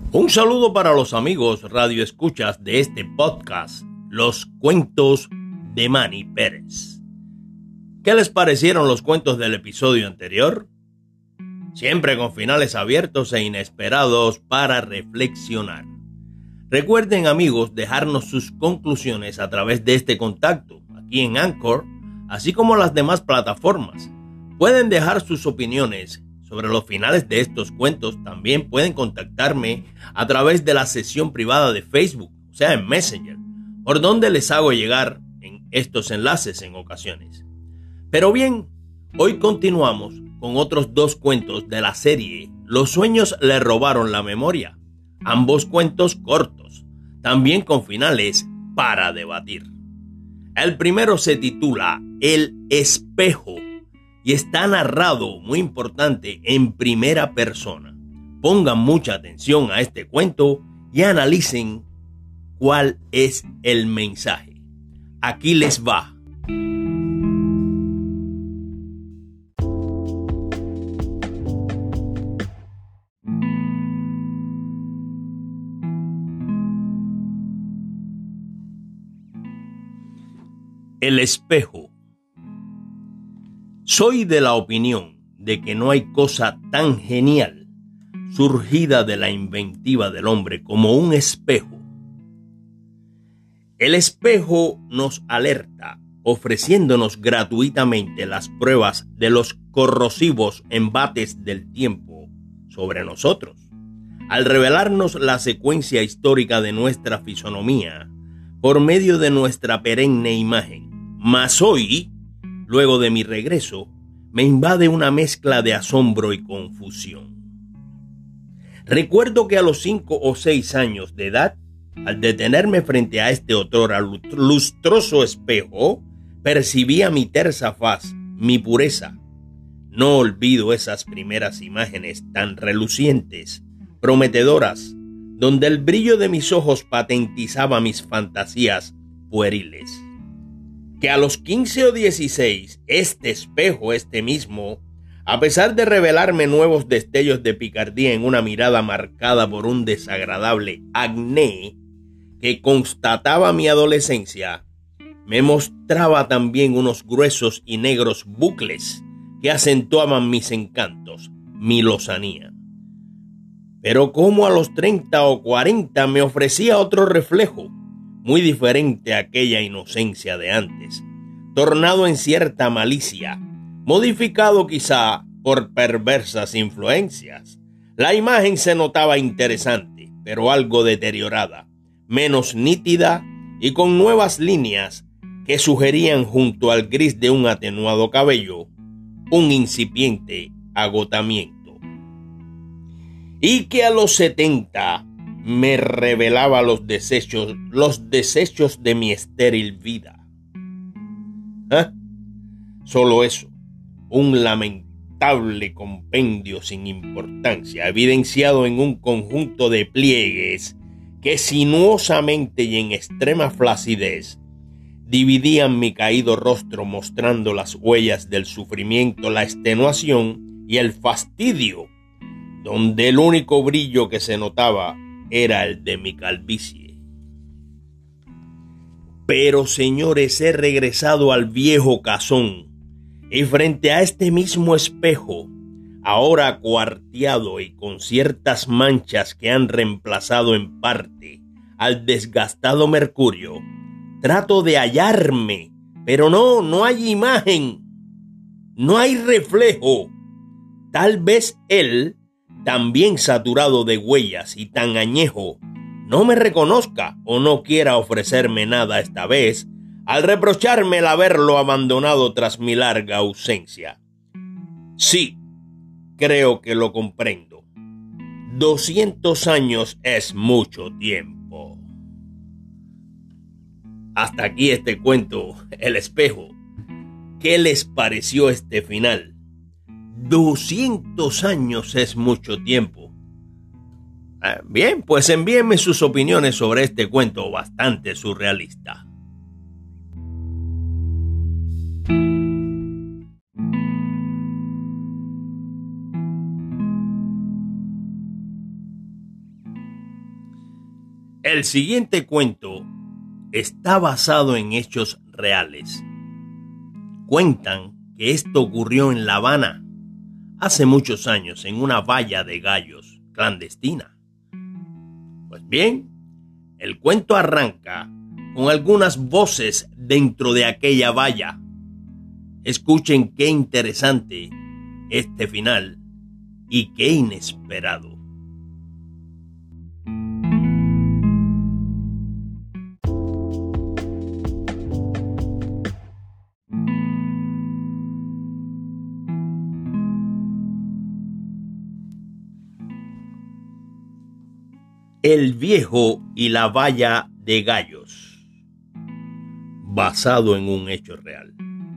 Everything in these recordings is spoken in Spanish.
Un saludo para los amigos radioescuchas de este podcast, Los Cuentos de Manny Pérez. ¿Qué les parecieron los cuentos del episodio anterior? Siempre con finales abiertos e inesperados para reflexionar. Recuerden, amigos, dejarnos sus conclusiones a través de este contacto, aquí en Anchor, así como las demás plataformas. Pueden dejar sus opiniones sobre los finales de estos cuentos. También pueden contactarme a través de la sesión privada de Facebook, o sea, en Messenger, por donde les hago llegar en estos enlaces en ocasiones. Pero bien, hoy continuamos con otros dos cuentos de la serie Los sueños le robaron la memoria. Ambos cuentos cortos, también con finales para debatir. El primero se titula El espejo y está narrado, muy importante, en primera persona. Pongan mucha atención a este cuento y analicen cuál es el mensaje. Aquí les va. El espejo. Soy de la opinión de que no hay cosa tan genial surgida de la inventiva del hombre como un espejo. El espejo nos alerta, ofreciéndonos gratuitamente las pruebas de los corrosivos embates del tiempo sobre nosotros, al revelarnos la secuencia histórica de nuestra fisonomía por medio de nuestra perenne imagen. Mas hoy, luego de mi regreso, me invade una mezcla de asombro y confusión. Recuerdo que a los 5 o 6 años de edad, al detenerme frente a este otrora lustroso espejo, percibía mi tersa faz, mi pureza. No olvido esas primeras imágenes tan relucientes, prometedoras, donde el brillo de mis ojos patentizaba mis fantasías pueriles. Que a los 15 o 16, este espejo, este mismo, a pesar de revelarme nuevos destellos de picardía en una mirada marcada por un desagradable acné que constataba mi adolescencia, me mostraba también unos gruesos y negros bucles que acentuaban mis encantos, mi lozanía. Pero como a los 30 o 40 me ofrecía otro reflejo, muy diferente a aquella inocencia de antes, tornado en cierta malicia, modificado quizá por perversas influencias. La imagen se notaba interesante, pero algo deteriorada, menos nítida y con nuevas líneas que sugerían junto al gris de un atenuado cabello un incipiente agotamiento. Y que a los 70 me revelaba los desechos de mi estéril vida. Solo eso, un lamentable compendio sin importancia, evidenciado en un conjunto de pliegues que sinuosamente y en extrema flacidez dividían mi caído rostro, mostrando las huellas del sufrimiento, la extenuación y el fastidio, donde el único brillo que se notaba era el de mi calvicie. Pero, señores, he regresado al viejo cazón, y frente a este mismo espejo, ahora cuarteado y con ciertas manchas que han reemplazado en parte al desgastado mercurio, trato de hallarme, pero no hay imagen, no hay reflejo. Tal vez él, también saturado de huellas y tan añejo, no me reconozca o no quiera ofrecerme nada esta vez, al reprocharme el haberlo abandonado tras mi larga ausencia. Sí, creo que lo comprendo. 200 años es mucho tiempo. Hasta aquí este cuento, El espejo. ¿Qué les pareció este final? 200 años es mucho tiempo. Bien, pues envíenme sus opiniones sobre este cuento bastante surrealista. El siguiente cuento está basado en hechos reales. Cuentan que esto ocurrió en La Habana hace muchos años en una valla de gallos clandestina. Pues bien, el cuento arranca con algunas voces dentro de aquella valla. Escuchen qué interesante este final y qué inesperado. El viejo y la valla de gallos, basado en un hecho real.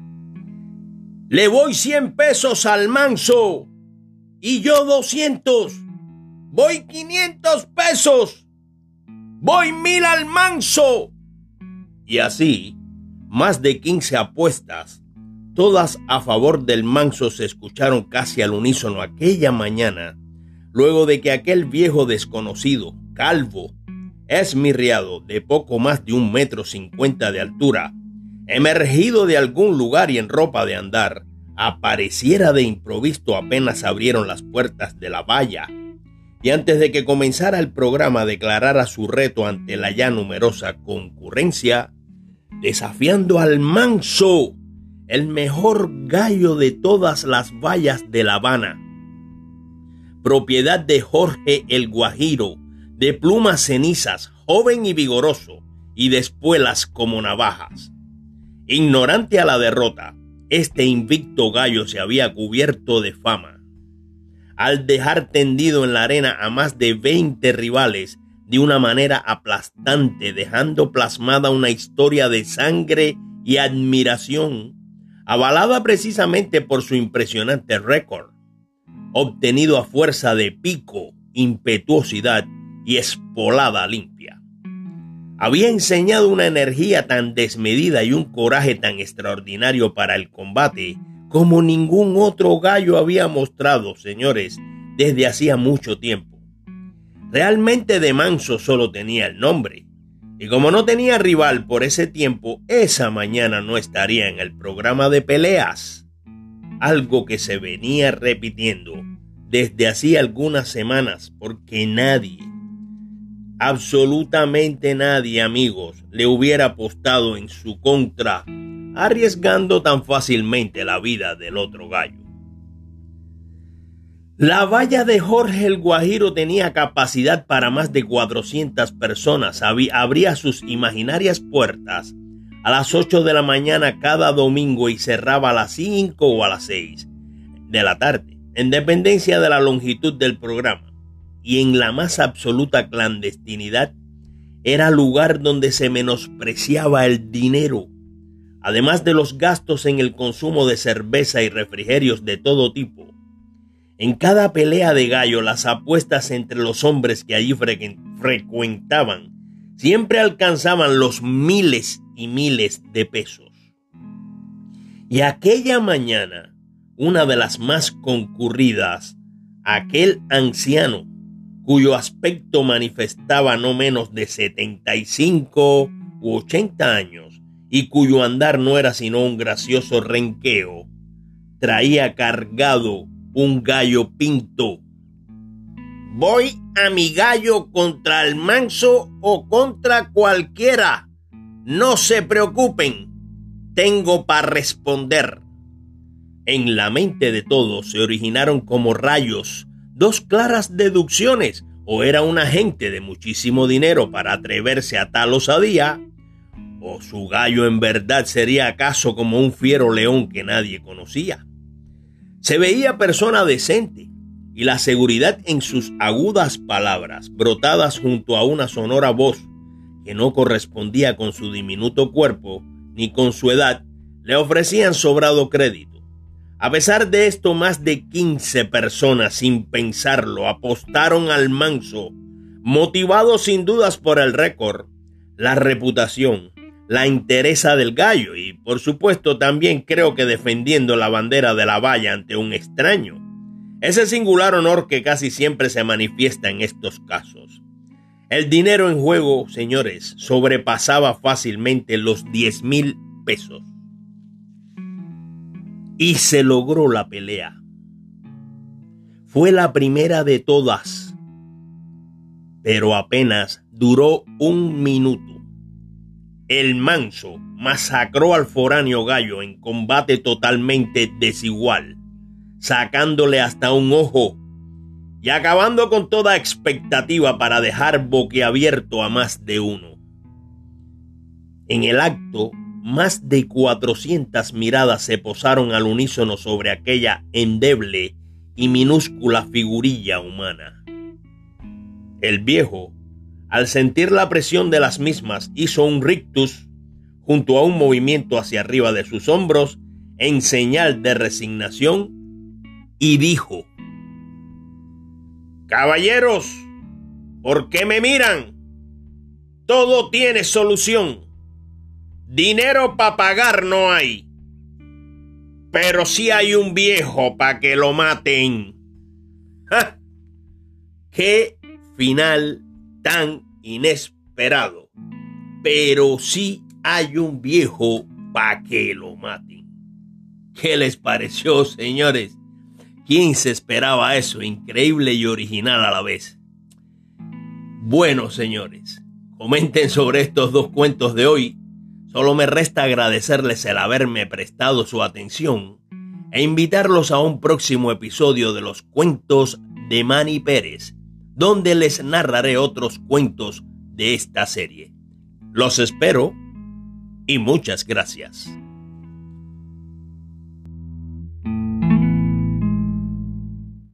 Le voy 100 pesos al manso y yo 200. Voy 500 pesos. Voy 1000 al manso. Y así, más de 15 apuestas, todas a favor del manso, se escucharon casi al unísono aquella mañana, luego de que aquel viejo desconocido, calvo, esmirriado, de poco más de 1,50 m de altura, emergido de algún lugar y en ropa de andar, apareciera de improviso apenas abrieron las puertas de la valla, y antes de que comenzara el programa declarara su reto ante la ya numerosa concurrencia, desafiando al manso, el mejor gallo de todas las vallas de La Habana, propiedad de Jorge el Guajiro, de plumas cenizas, joven y vigoroso, y de espuelas como navajas. Ignorante a la derrota, este invicto gallo se había cubierto de fama, al dejar tendido en la arena a más de 20 rivales de una manera aplastante, dejando plasmada una historia de sangre y admiración, avalada precisamente por su impresionante récord, obtenido a fuerza de pico, impetuosidad y espolada limpia. Había enseñado una energía tan desmedida y un coraje tan extraordinario para el combate como ningún otro gallo había mostrado, señores, desde hacía mucho tiempo. Realmente de manso solo tenía el nombre, y como no tenía rival por ese tiempo, esa mañana no estaría en el programa de peleas, algo que se venía repitiendo desde hacía algunas semanas, porque nadie, absolutamente nadie, amigos, le hubiera apostado en su contra, arriesgando tan fácilmente la vida del otro gallo. La valla de Jorge el Guajiro tenía capacidad para más de 400 personas. Abría sus imaginarias puertas a las 8 de la mañana cada domingo y cerraba a las 5 o a las 6 de la tarde, en dependencia de la longitud del programa. Y en la más absoluta clandestinidad, era lugar donde se menospreciaba el dinero, además de los gastos en el consumo de cerveza y refrigerios de todo tipo. En cada pelea de gallo, las apuestas entre los hombres que allí frecuentaban siempre alcanzaban los miles y miles de pesos. Y aquella mañana, una de las más concurridas, aquel anciano, cuyo aspecto manifestaba no menos de 75 u 80 años y cuyo andar no era sino un gracioso renqueo, traía cargado un gallo pinto. Voy a mi gallo contra el manso o contra cualquiera. No se preocupen, tengo para responder. En la mente de todos se originaron como rayos dos claras deducciones: o era un agente de muchísimo dinero para atreverse a tal osadía, o su gallo en verdad sería acaso como un fiero león que nadie conocía. Se veía persona decente, y la seguridad en sus agudas palabras, brotadas junto a una sonora voz que no correspondía con su diminuto cuerpo ni con su edad, le ofrecían sobrado crédito. A pesar de esto, más de 15 personas, sin pensarlo, apostaron al manso, motivados sin dudas por el récord, la reputación, la entereza del gallo y, por supuesto, también creo que defendiendo la bandera de la valla ante un extraño. Ese singular honor que casi siempre se manifiesta en estos casos. El dinero en juego, señores, sobrepasaba fácilmente los 10,000 pesos. Y se logró la pelea. Fue la primera de todas, pero apenas duró 1 minuto. El manso masacró al foráneo gallo en combate totalmente desigual, sacándole hasta un ojo y acabando con toda expectativa para dejar boquiabierto a más de uno. En el acto, más de 400 miradas se posaron al unísono sobre aquella endeble y minúscula figurilla humana. El viejo, al sentir la presión de las mismas, hizo un rictus junto a un movimiento hacia arriba de sus hombros en señal de resignación y dijo: «Caballeros, ¿por qué me miran? Todo tiene solución. Dinero para pagar no hay, pero sí hay un viejo para que lo maten». ¡Ja! ¡Qué final tan inesperado! Pero sí hay un viejo para que lo maten. ¿Qué les pareció, señores? ¿Quién se esperaba eso? Increíble y original a la vez. Bueno, señores, comenten sobre estos 2 cuentos de hoy. Solo me resta agradecerles el haberme prestado su atención e invitarlos a un próximo episodio de los cuentos de Manny Pérez, donde les narraré otros cuentos de esta serie. Los espero y muchas gracias.